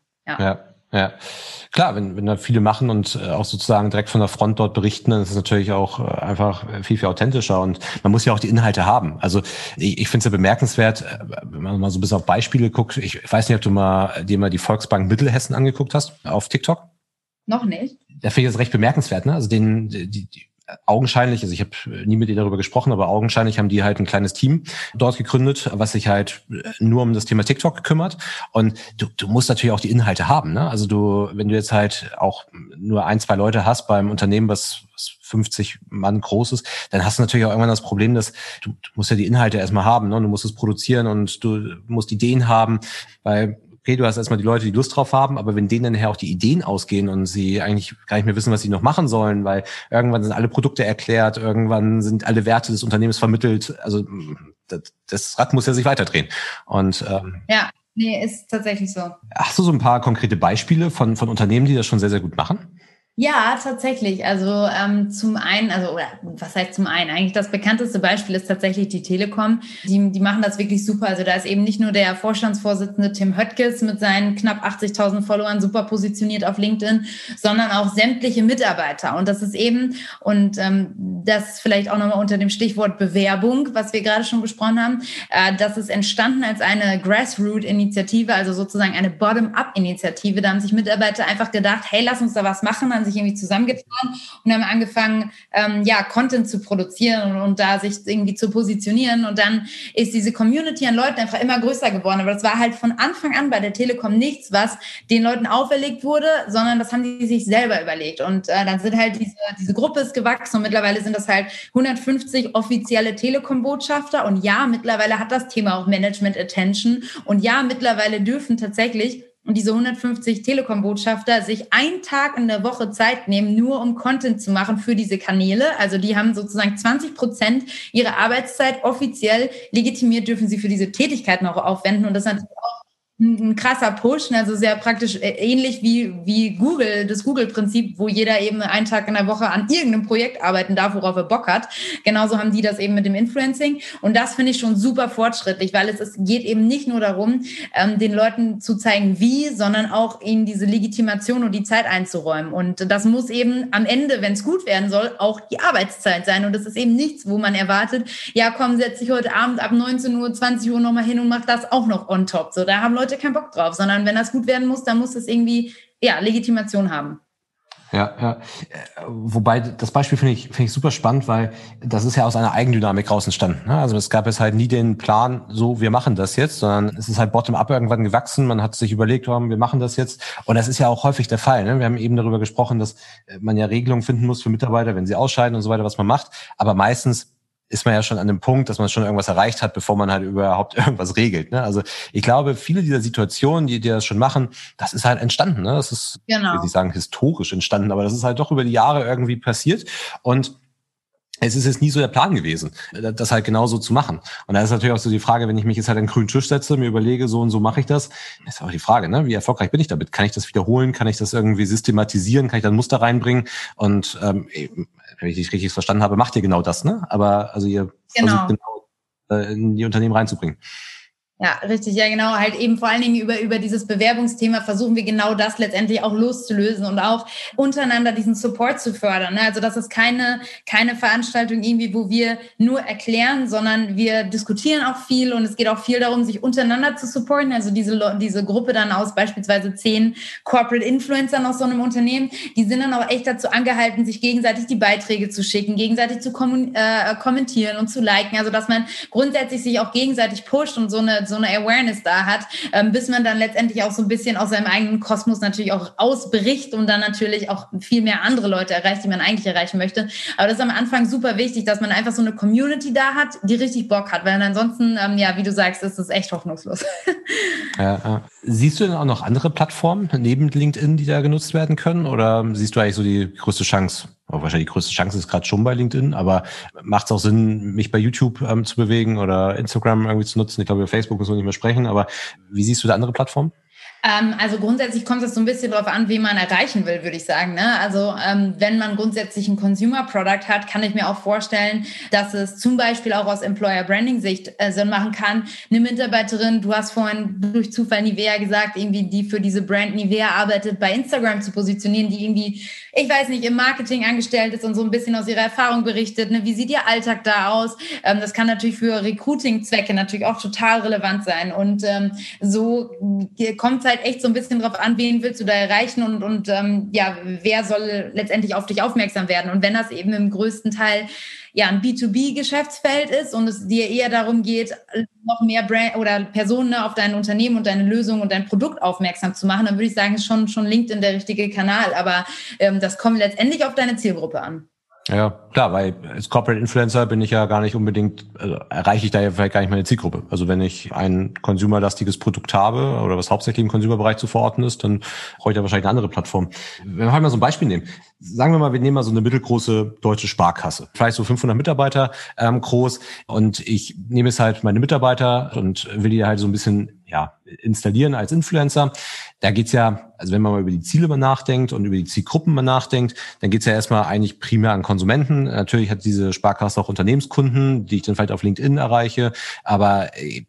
Ja. Klar, wenn da viele machen und auch sozusagen direkt von der Front dort berichten, dann ist es natürlich auch einfach viel, viel authentischer und man muss ja auch die Inhalte haben. Also ich finde es ja bemerkenswert, wenn man mal so ein bisschen auf Beispiele guckt. Ich weiß nicht, ob du dir mal die Volksbank Mittelhessen angeguckt hast auf TikTok? Noch nicht. Da finde ich das recht bemerkenswert, ne? Also augenscheinlich, also ich habe nie mit denen darüber gesprochen, aber augenscheinlich haben die halt ein kleines Team dort gegründet, was sich halt nur um das Thema TikTok kümmert. Und du musst natürlich auch die Inhalte haben, ne? Also wenn du jetzt halt auch nur 1-2 Leute hast beim Unternehmen, was 50 Mann groß ist, dann hast du natürlich auch irgendwann das Problem, dass du musst ja die Inhalte erstmal haben, ne? Du musst es produzieren und du musst Ideen haben, weil okay, du hast erstmal die Leute, die Lust drauf haben, aber wenn denen dann nachher auch die Ideen ausgehen und sie eigentlich gar nicht mehr wissen, was sie noch machen sollen, weil irgendwann sind alle Produkte erklärt, irgendwann sind alle Werte des Unternehmens vermittelt, also das Rad muss ja sich weiterdrehen. Und ja, nee, ist tatsächlich so. Hast du so ein paar konkrete Beispiele von Unternehmen, die das schon sehr, sehr gut machen? Ja, tatsächlich. Also zum einen, oder was heißt zum einen? Eigentlich das bekannteste Beispiel ist tatsächlich die Telekom. Die machen das wirklich super. Also da ist eben nicht nur der Vorstandsvorsitzende Tim Höttges mit seinen knapp 80.000 Followern super positioniert auf LinkedIn, sondern auch sämtliche Mitarbeiter. Und das ist eben, und das vielleicht auch nochmal unter dem Stichwort Bewerbung, was wir gerade schon besprochen haben, das ist entstanden als eine Grassroot-Initiative, also sozusagen eine Bottom-up-Initiative. Da haben sich Mitarbeiter einfach gedacht, hey, lass uns da was machen, haben sich irgendwie zusammengetan und haben angefangen, Content zu produzieren und da sich irgendwie zu positionieren. Und dann ist diese Community an Leuten einfach immer größer geworden. Aber das war halt von Anfang an bei der Telekom nichts, was den Leuten auferlegt wurde, sondern das haben die sich selber überlegt. Und dann sind halt diese Gruppe ist gewachsen und mittlerweile sind das halt 150 offizielle Telekom-Botschafter. Und ja, mittlerweile hat das Thema auch Management Attention. Und ja, mittlerweile dürfen tatsächlich und diese 150 Telekom-Botschafter sich einen Tag in der Woche Zeit nehmen, nur um Content zu machen für diese Kanäle. Also die haben sozusagen 20% ihrer Arbeitszeit offiziell legitimiert, dürfen sie für diese Tätigkeiten auch aufwenden. Und das ist natürlich auch ein krasser Push, also sehr praktisch ähnlich wie Google, das Google-Prinzip, wo jeder eben einen Tag in der Woche an irgendeinem Projekt arbeiten darf, worauf er Bock hat. Genauso haben die das eben mit dem Influencing. Und das finde ich schon super fortschrittlich, weil es geht eben nicht nur darum, den Leuten zu zeigen, wie, sondern auch ihnen diese Legitimation und die Zeit einzuräumen. Und das muss eben am Ende, wenn es gut werden soll, auch die Arbeitszeit sein. Und das ist eben nichts, wo man erwartet, ja komm, setz dich heute Abend ab 19 Uhr, 20 Uhr nochmal hin und mach das auch noch on top. So, da haben Leute keinen Bock drauf, sondern wenn das gut werden muss, dann muss es irgendwie Legitimation haben. Ja. Wobei das Beispiel finde ich super spannend, weil das ist ja aus einer Eigendynamik raus entstanden. Also es gab jetzt halt nie den Plan, so wir machen das jetzt, sondern es ist halt bottom-up irgendwann gewachsen. Man hat sich überlegt, wir machen das jetzt. Und das ist ja auch häufig der Fall. Wir haben eben darüber gesprochen, dass man ja Regelungen finden muss für Mitarbeiter, wenn sie ausscheiden und so weiter, was man macht. Aber meistens ist man ja schon an dem Punkt, dass man schon irgendwas erreicht hat, bevor man halt überhaupt irgendwas regelt. Also ich glaube, viele dieser Situationen, die das schon machen, das ist halt entstanden. Das ist, Ich will nicht sagen historisch entstanden, aber das ist halt doch über die Jahre irgendwie passiert. Und es ist jetzt nie so der Plan gewesen, das halt genauso zu machen. Und da ist natürlich auch so die Frage, wenn ich mich jetzt halt an den grünen Tisch setze, mir überlege, so und so mache ich das, ist auch die Frage, wie erfolgreich bin ich damit? Kann ich das wiederholen? Kann ich das irgendwie systematisieren? Kann ich da ein Muster reinbringen? Und wenn ich dich richtig verstanden habe, macht ihr genau das, Aber also ihr versucht genau in die Unternehmen reinzubringen. Ja, richtig, ja genau, halt eben vor allen Dingen über dieses Bewerbungsthema versuchen wir genau das letztendlich auch loszulösen und auch untereinander diesen Support zu fördern. Also das ist keine Veranstaltung irgendwie, wo wir nur erklären, sondern wir diskutieren auch viel und es geht auch viel darum, sich untereinander zu supporten. Also diese Gruppe dann aus beispielsweise 10 Corporate Influencern aus so einem Unternehmen, die sind dann auch echt dazu angehalten, sich gegenseitig die Beiträge zu schicken, gegenseitig zu kommentieren und zu liken. Also dass man grundsätzlich sich auch gegenseitig pusht und so eine Awareness da hat, bis man dann letztendlich auch so ein bisschen aus seinem eigenen Kosmos natürlich auch ausbricht und dann natürlich auch viel mehr andere Leute erreicht, die man eigentlich erreichen möchte. Aber das ist am Anfang super wichtig, dass man einfach so eine Community da hat, die richtig Bock hat, weil ansonsten, wie du sagst, ist es echt hoffnungslos. Ja. Siehst du denn auch noch andere Plattformen neben LinkedIn, die da genutzt werden können? Oder siehst du eigentlich so die größte Chance? Wahrscheinlich die größte Chance ist gerade schon bei LinkedIn, aber macht es auch Sinn, mich bei YouTube zu bewegen oder Instagram irgendwie zu nutzen? Ich glaube, über Facebook müssen wir nicht mehr sprechen, aber wie siehst du da andere Plattformen? Also grundsätzlich kommt es so ein bisschen darauf an, wen man erreichen will, würde ich sagen. Also wenn man grundsätzlich ein Consumer-Product hat, kann ich mir auch vorstellen, dass es zum Beispiel auch aus Employer-Branding-Sicht Sinn machen kann. Eine Mitarbeiterin, du hast vorhin durch Zufall Nivea gesagt, irgendwie die für diese Brand Nivea arbeitet, bei Instagram zu positionieren, die irgendwie, ich weiß nicht, im Marketing angestellt ist und so ein bisschen aus ihrer Erfahrung berichtet. Wie sieht ihr Alltag da aus? Das kann natürlich für Recruiting-Zwecke natürlich auch total relevant sein. Und so kommt es halt halt echt so ein bisschen drauf an, wen willst du da erreichen und wer soll letztendlich auf dich aufmerksam werden. Und wenn das eben im größten Teil ein B2B-Geschäftsfeld ist und es dir eher darum geht, noch mehr Brand oder Personen auf dein Unternehmen und deine Lösung und dein Produkt aufmerksam zu machen, dann würde ich sagen, ist schon LinkedIn der richtige Kanal. Aber das kommt letztendlich auf deine Zielgruppe an. Ja, klar, weil als Corporate Influencer bin ich ja gar nicht unbedingt, erreiche ich da ja vielleicht gar nicht meine Zielgruppe. Also wenn ich ein consumerlastiges Produkt habe oder was hauptsächlich im Consumerbereich zu verorten ist, dann brauche ich da wahrscheinlich eine andere Plattform. Wenn wir halt mal so ein Beispiel nehmen. Sagen wir mal, wir nehmen mal so eine mittelgroße deutsche Sparkasse. Vielleicht so 500 Mitarbeiter groß und ich nehme jetzt halt meine Mitarbeiter und will die halt so ein bisschen installieren als Influencer. Da geht's ja, also wenn man mal über die Ziele mal nachdenkt und über die Zielgruppen mal nachdenkt, dann geht's ja erstmal eigentlich primär an Konsumenten. Natürlich hat diese Sparkasse auch Unternehmenskunden, die ich dann vielleicht auf LinkedIn erreiche, aber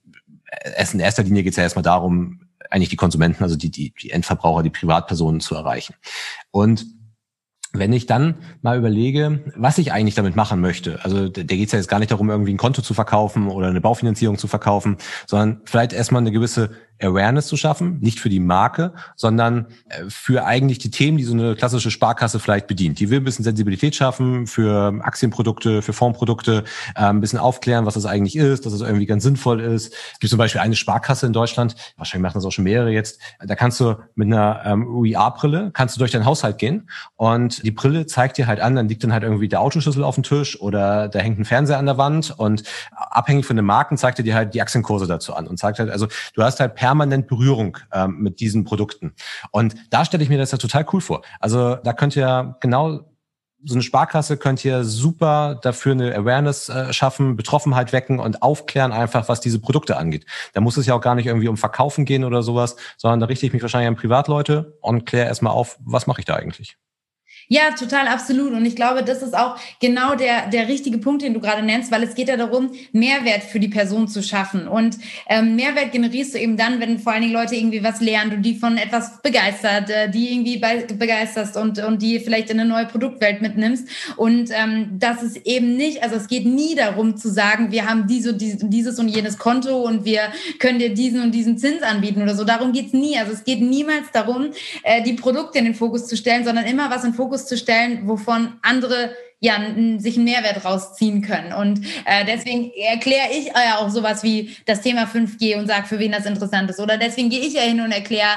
erst in erster Linie geht's ja erstmal darum, eigentlich die Konsumenten, also die Endverbraucher, die Privatpersonen zu erreichen. Und wenn ich dann mal überlege, was ich eigentlich damit machen möchte, also da geht es ja jetzt gar nicht darum, irgendwie ein Konto zu verkaufen oder eine Baufinanzierung zu verkaufen, sondern vielleicht erstmal eine gewisse Awareness zu schaffen, nicht für die Marke, sondern für eigentlich die Themen, die so eine klassische Sparkasse vielleicht bedient. Die will ein bisschen Sensibilität schaffen für Aktienprodukte, für Fondsprodukte, ein bisschen aufklären, was das eigentlich ist, dass es irgendwie ganz sinnvoll ist. Es gibt zum Beispiel eine Sparkasse in Deutschland, wahrscheinlich machen das auch schon mehrere jetzt, da kannst du mit einer VR-Brille, kannst du durch deinen Haushalt gehen und die Brille zeigt dir halt an, dann liegt dann halt irgendwie der Autoschlüssel auf dem Tisch oder da hängt ein Fernseher an der Wand und abhängig von den Marken zeigt er dir halt die Aktienkurse dazu an und zeigt halt, also du hast halt permanent Berührung mit diesen Produkten. Und da stelle ich mir das ja total cool vor. Also da könnte ja genau so eine Sparkasse könnte ja super dafür eine Awareness schaffen, Betroffenheit wecken und aufklären einfach, was diese Produkte angeht. Da muss es ja auch gar nicht irgendwie um Verkaufen gehen oder sowas, sondern da richte ich mich wahrscheinlich an Privatleute und kläre erstmal auf, was mache ich da eigentlich? Ja, total, absolut. Und ich glaube, das ist auch genau der richtige Punkt, den du gerade nennst, weil es geht ja darum, Mehrwert für die Person zu schaffen. Und Mehrwert generierst du eben dann, wenn vor allen Dingen Leute irgendwie was lernen, du die von etwas begeistert, die irgendwie begeisterst und die vielleicht in eine neue Produktwelt mitnimmst. Und das ist eben nicht, also es geht nie darum zu sagen, wir haben dieses und jenes Konto und wir können dir diesen und diesen Zins anbieten oder so. Darum geht's nie. Also es geht niemals darum, die Produkte in den Fokus zu stellen, sondern immer was in den Fokus zu stellen, wovon andere sich einen Mehrwert rausziehen können. Und deswegen erkläre ich ja auch sowas wie das Thema 5G und sage, für wen das interessant ist. Oder deswegen gehe ich ja hin und erkläre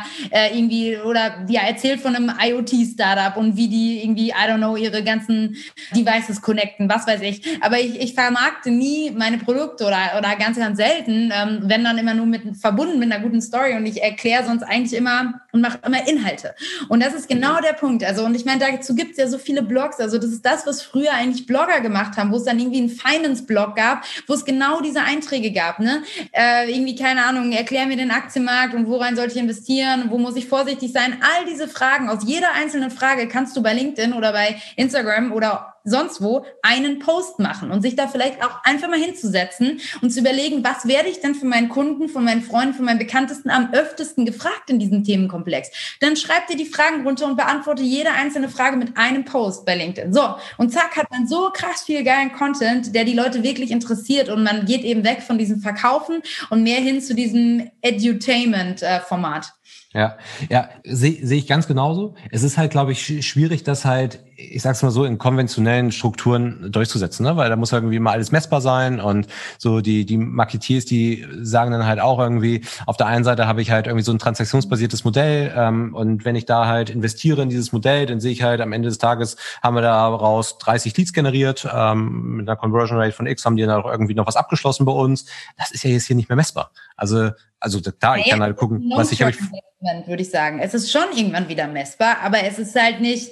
erzählt von einem IoT-Startup und wie die irgendwie, ihre ganzen Devices connecten, was weiß ich. Aber ich vermarkte nie meine Produkte oder ganz, ganz selten, wenn dann immer nur verbunden mit einer guten Story und ich erkläre sonst eigentlich immer und mache immer Inhalte. Und das ist genau der Punkt. Also, und ich meine, dazu gibt es ja so viele Blogs. Also das ist das, was früher eigentlich Blogger gemacht haben, wo es dann irgendwie einen Finance-Blog gab, wo es genau diese Einträge gab, ne? Irgendwie, keine Ahnung, erklär mir den Aktienmarkt und worein sollte ich investieren, wo muss ich vorsichtig sein? All diese Fragen, aus jeder einzelnen Frage kannst du bei LinkedIn oder bei Instagram oder sonst wo einen Post machen und sich da vielleicht auch einfach mal hinzusetzen und zu überlegen, was werde ich denn für meinen Kunden, von meinen Freunden, von meinen Bekanntesten am öftesten gefragt in diesem Themenkomplex. Dann schreib dir die Fragen runter und beantworte jede einzelne Frage mit einem Post bei LinkedIn. So, und zack, hat man so krass viel geilen Content, der die Leute wirklich interessiert und man geht eben weg von diesem Verkaufen und mehr hin zu diesem Edutainment-Format. Ja, sehe ich ganz genauso. Es ist halt, glaube ich, schwierig, das halt, ich sag's mal so, in konventionellen Strukturen durchzusetzen, ne? Weil da muss irgendwie mal alles messbar sein und so die Marketeers, die sagen dann halt auch irgendwie, auf der einen Seite habe ich halt irgendwie so ein transaktionsbasiertes Modell und wenn ich da halt investiere in dieses Modell, dann sehe ich halt am Ende des Tages haben wir daraus 30 Leads generiert, mit einer Conversion Rate von X haben die dann auch irgendwie noch was abgeschlossen bei uns. Das ist ja jetzt hier nicht mehr messbar. Also da, ich kann halt gucken, was ich habe. Würde ich sagen. Es ist schon irgendwann wieder messbar, aber es ist halt nicht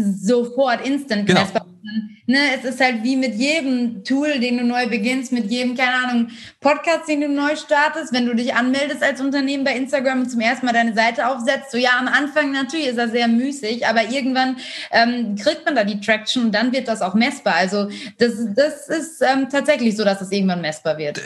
sofort instant messbar. Ne, es ist halt wie mit jedem Tool, den du neu beginnst, mit jedem, keine Ahnung, Podcast, den du neu startest, wenn du dich anmeldest als Unternehmen bei Instagram und zum ersten Mal deine Seite aufsetzt, so ja, am Anfang natürlich ist das sehr müßig, aber irgendwann kriegt man da die Traction und dann wird das auch messbar. Also das ist tatsächlich so, dass es irgendwann messbar wird.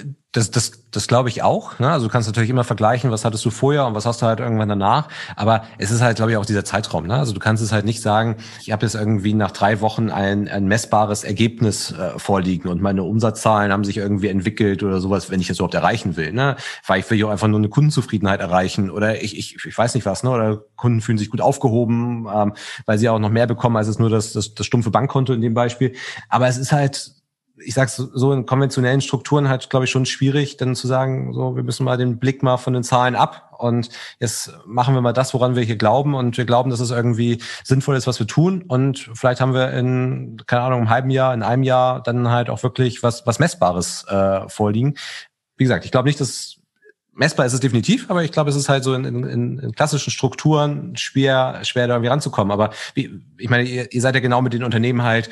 Das glaube ich auch. Ne? Also du kannst natürlich immer vergleichen, was hattest du vorher und was hast du halt irgendwann danach. Aber es ist halt, glaube ich, auch dieser Zeitraum. Ne? Also du kannst es halt nicht sagen, ich habe jetzt irgendwie nach 3 Wochen ein ein messbares Ergebnis vorliegen und meine Umsatzzahlen haben sich irgendwie entwickelt oder sowas, wenn ich das überhaupt erreichen will. Ne? Weil ich will ja auch einfach nur eine Kundenzufriedenheit erreichen oder ich weiß nicht was, ne? Oder Kunden fühlen sich gut aufgehoben, weil sie auch noch mehr bekommen als es nur das stumpfe Bankkonto in dem Beispiel. Aber es ist halt, ich sag's so, in konventionellen Strukturen halt, glaube ich, schon schwierig, dann zu sagen, so, wir müssen mal den Blick mal von den Zahlen ab und jetzt machen wir mal das, woran wir hier glauben und wir glauben, dass es irgendwie sinnvoll ist, was wir tun und vielleicht haben wir in, keine Ahnung, einem halben Jahr, in einem Jahr dann halt auch wirklich was Messbares vorliegen. Wie gesagt, ich glaube nicht, dass messbar ist es definitiv, aber ich glaube, es ist halt so in klassischen Strukturen schwer da irgendwie ranzukommen. Aber ich meine, ihr seid ja genau mit den Unternehmen halt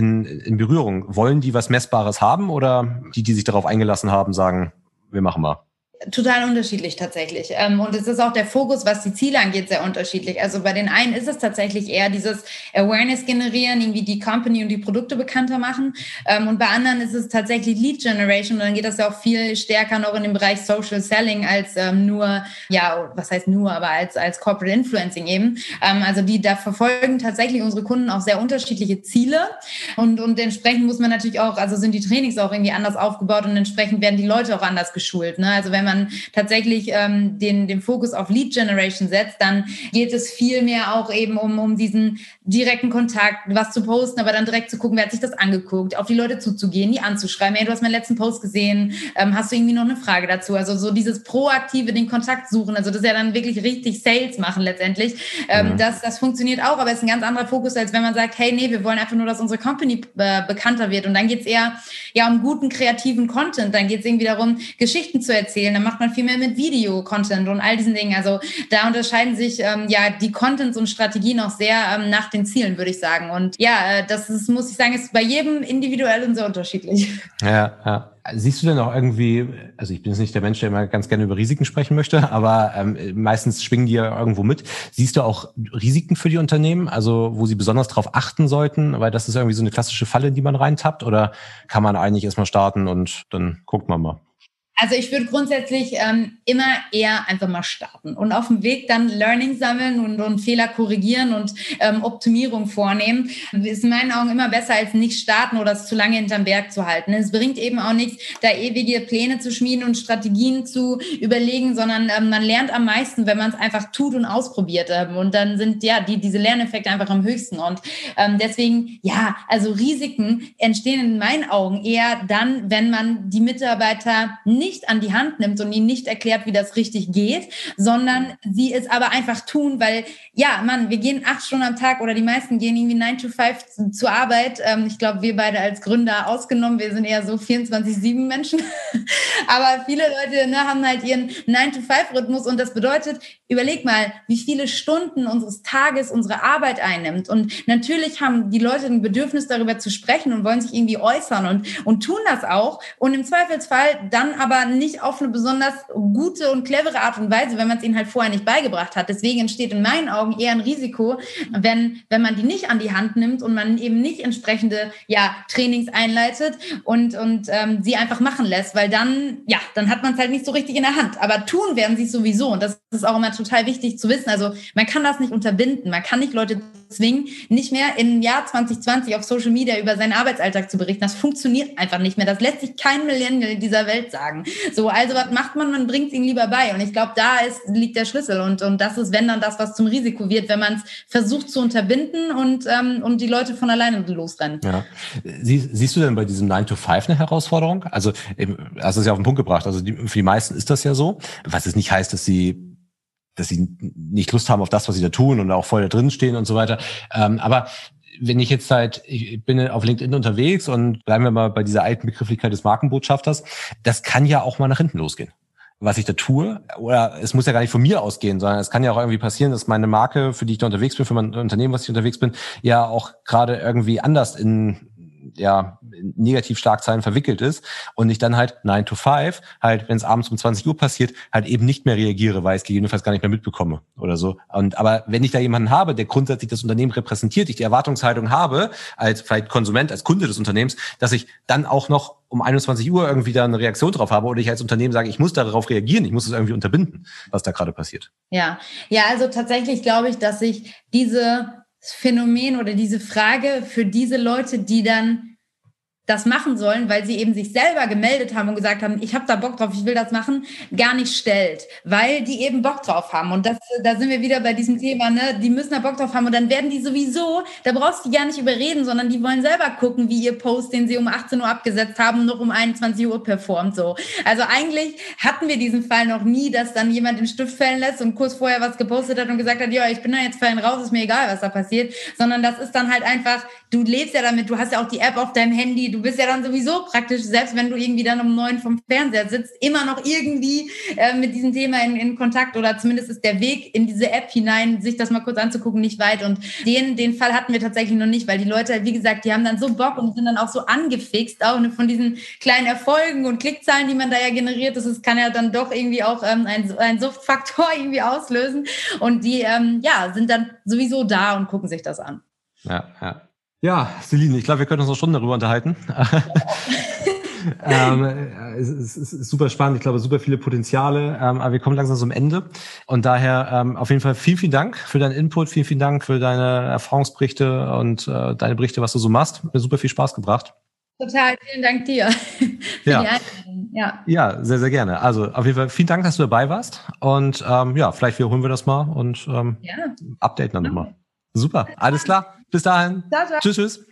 in Berührung. Wollen die was Messbares haben oder die sich darauf eingelassen haben, sagen, wir machen mal? Total unterschiedlich tatsächlich. Und es ist auch der Fokus, was die Ziele angeht, sehr unterschiedlich. Also bei den einen ist es tatsächlich eher dieses Awareness generieren, irgendwie die Company und die Produkte bekannter machen. Und bei anderen ist es tatsächlich Lead Generation. Und dann geht das ja auch viel stärker noch in den Bereich Social Selling als nur, ja, was heißt nur, aber als Corporate Influencing eben. Also da verfolgen tatsächlich unsere Kunden auch sehr unterschiedliche Ziele. Und entsprechend muss man natürlich auch, also sind die Trainings auch irgendwie anders aufgebaut und entsprechend werden die Leute auch anders geschult. Ne? Also wenn man tatsächlich den Fokus auf Lead Generation setzt, dann geht es viel mehr auch eben um diesen direkten Kontakt, was zu posten, aber dann direkt zu gucken, wer hat sich das angeguckt, auf die Leute zuzugehen, die anzuschreiben, hey, du hast meinen letzten Post gesehen, hast du irgendwie noch eine Frage dazu? Also so dieses proaktive, den Kontakt suchen, also das ist ja dann wirklich richtig Sales machen letztendlich. Das funktioniert auch, aber es ist ein ganz anderer Fokus, als wenn man sagt, hey, nee, wir wollen einfach nur, dass unsere Company bekannter wird und dann geht es eher um guten, kreativen Content, dann geht es irgendwie darum, Geschichten zu erzählen, dann macht man viel mehr mit Video-Content und all diesen Dingen. Also da unterscheiden sich die Contents und Strategien auch sehr nach den Zielen, würde ich sagen. Und das ist, muss ich sagen, ist bei jedem individuell und sehr unterschiedlich. Ja. Siehst du denn auch irgendwie, also ich bin jetzt nicht der Mensch, der immer ganz gerne über Risiken sprechen möchte, aber meistens schwingen die ja irgendwo mit. Siehst du auch Risiken für die Unternehmen, also wo sie besonders darauf achten sollten, weil das ist irgendwie so eine klassische Falle, in die man reintappt, oder kann man eigentlich erstmal starten und dann guckt man mal? Also ich würde grundsätzlich immer eher einfach mal starten und auf dem Weg dann Learning sammeln und Fehler korrigieren und Optimierung vornehmen. Ist in meinen Augen immer besser, als nicht starten oder es zu lange hinterm Berg zu halten. Es bringt eben auch nichts, da ewige Pläne zu schmieden und Strategien zu überlegen, sondern man lernt am meisten, wenn man es einfach tut und ausprobiert. Und dann sind diese Lerneffekte einfach am höchsten. Und deswegen, also Risiken entstehen in meinen Augen eher dann, wenn man die Mitarbeiter nicht an die Hand nimmt und ihnen nicht erklärt, wie das richtig geht, sondern sie es aber einfach tun, weil, wir gehen 8 Stunden am Tag oder die meisten gehen irgendwie 9 to 5 zur Arbeit. Ich glaube, wir beide als Gründer ausgenommen, wir sind eher so 24/7 Menschen. Aber viele Leute haben halt ihren 9-to-5-Rhythmus und das bedeutet, überleg mal, wie viele Stunden unseres Tages unsere Arbeit einnimmt. Und natürlich haben die Leute ein Bedürfnis, darüber zu sprechen und wollen sich irgendwie äußern und tun das auch. Und im Zweifelsfall dann aber nicht auf eine besonders gute und clevere Art und Weise, wenn man es ihnen halt vorher nicht beigebracht hat. Deswegen entsteht in meinen Augen eher ein Risiko, wenn man die nicht an die Hand nimmt und man eben nicht entsprechende Trainings einleitet und sie einfach machen lässt, weil dann hat man es halt nicht so richtig in der Hand. Aber tun werden sie es sowieso und das ist auch immer total wichtig zu wissen. Also man kann das nicht unterbinden, man kann nicht Leute zwingen, nicht mehr im Jahr 2020 auf Social Media über seinen Arbeitsalltag zu berichten. Das funktioniert einfach nicht mehr. Das lässt sich kein Millennial in dieser Welt sagen. So, also was macht man? Man bringt es ihnen lieber bei. Und ich glaube, liegt der Schlüssel. Und das ist, wenn dann das, was zum Risiko wird, wenn man es versucht zu unterbinden und die Leute von alleine losrennen. Ja. Siehst du denn bei diesem 9-to-5 eine Herausforderung? Also, hast du es ja auf den Punkt gebracht. Also für die meisten ist das ja so. Was es nicht heißt, dass sie nicht Lust haben auf das, was sie da tun und auch voll da drin stehen und so weiter. Aber wenn ich jetzt ich bin auf LinkedIn unterwegs und bleiben wir mal bei dieser alten Begrifflichkeit des Markenbotschafters, das kann ja auch mal nach hinten losgehen, was ich da tue. Oder es muss ja gar nicht von mir ausgehen, sondern es kann ja auch irgendwie passieren, dass meine Marke, für die ich da unterwegs bin, für mein Unternehmen, was ich unterwegs bin, ja auch gerade irgendwie anders in Negativschlagzeilen verwickelt ist und ich dann halt 9 to 5, halt, wenn es abends um 20 Uhr passiert, halt eben nicht mehr reagiere, weil ich es gegebenenfalls gar nicht mehr mitbekomme oder so. Aber wenn ich da jemanden habe, der grundsätzlich das Unternehmen repräsentiert, ich die Erwartungshaltung habe, als vielleicht Konsument, als Kunde des Unternehmens, dass ich dann auch noch um 21 Uhr irgendwie da eine Reaktion drauf habe oder ich als Unternehmen sage, ich muss darauf reagieren, ich muss es irgendwie unterbinden, was da gerade passiert. Ja, also tatsächlich glaube ich, dass sich diese Phänomen oder diese Frage für diese Leute, die dann das machen sollen, weil sie eben sich selber gemeldet haben und gesagt haben, ich habe da Bock drauf, ich will das machen, gar nicht stellt, weil die eben Bock drauf haben. Und da sind wir wieder bei diesem Thema, ne? Die müssen da Bock drauf haben und dann werden die sowieso, da brauchst du die gar nicht überreden, sondern die wollen selber gucken, wie ihr Post, den sie um 18 Uhr abgesetzt haben, noch um 21 Uhr performt. So. Also eigentlich hatten wir diesen Fall noch nie, dass dann jemand den Stift fallen lässt und kurz vorher was gepostet hat und gesagt hat, ja, ich bin da jetzt fallen raus, ist mir egal, was da passiert, sondern das ist dann halt einfach, du lebst ja damit, du hast ja auch die App auf deinem Handy, du bist ja dann sowieso praktisch, selbst wenn du irgendwie dann um 9 vom Fernseher sitzt, immer noch irgendwie mit diesem Thema in Kontakt oder zumindest ist der Weg in diese App hinein, sich das mal kurz anzugucken, nicht weit. Und den Fall hatten wir tatsächlich noch nicht, weil die Leute, wie gesagt, die haben dann so Bock und sind dann auch so angefixt, auch von diesen kleinen Erfolgen und Klickzahlen, die man da ja generiert. Das kann ja dann doch irgendwie auch ein Suchtfaktor irgendwie auslösen. Und die sind dann sowieso da und gucken sich das an. Ja, Celine, ich glaube, wir können uns noch Stunden darüber unterhalten. Es ist super spannend, ich glaube, super viele Potenziale, aber wir kommen langsam zum Ende. Und daher auf jeden Fall vielen, vielen Dank für deinen Input, vielen, vielen Dank für deine Erfahrungsberichte und deine Berichte, was du so machst. Hat mir super viel Spaß gebracht. Total, vielen Dank dir für die Einladung. Ja, sehr, sehr gerne. Also auf jeden Fall vielen Dank, dass du dabei warst. Und vielleicht wiederholen wir das mal und updaten dann nochmal. Super, alles klar. Bis dahin. Ciao, ciao. Tschüss.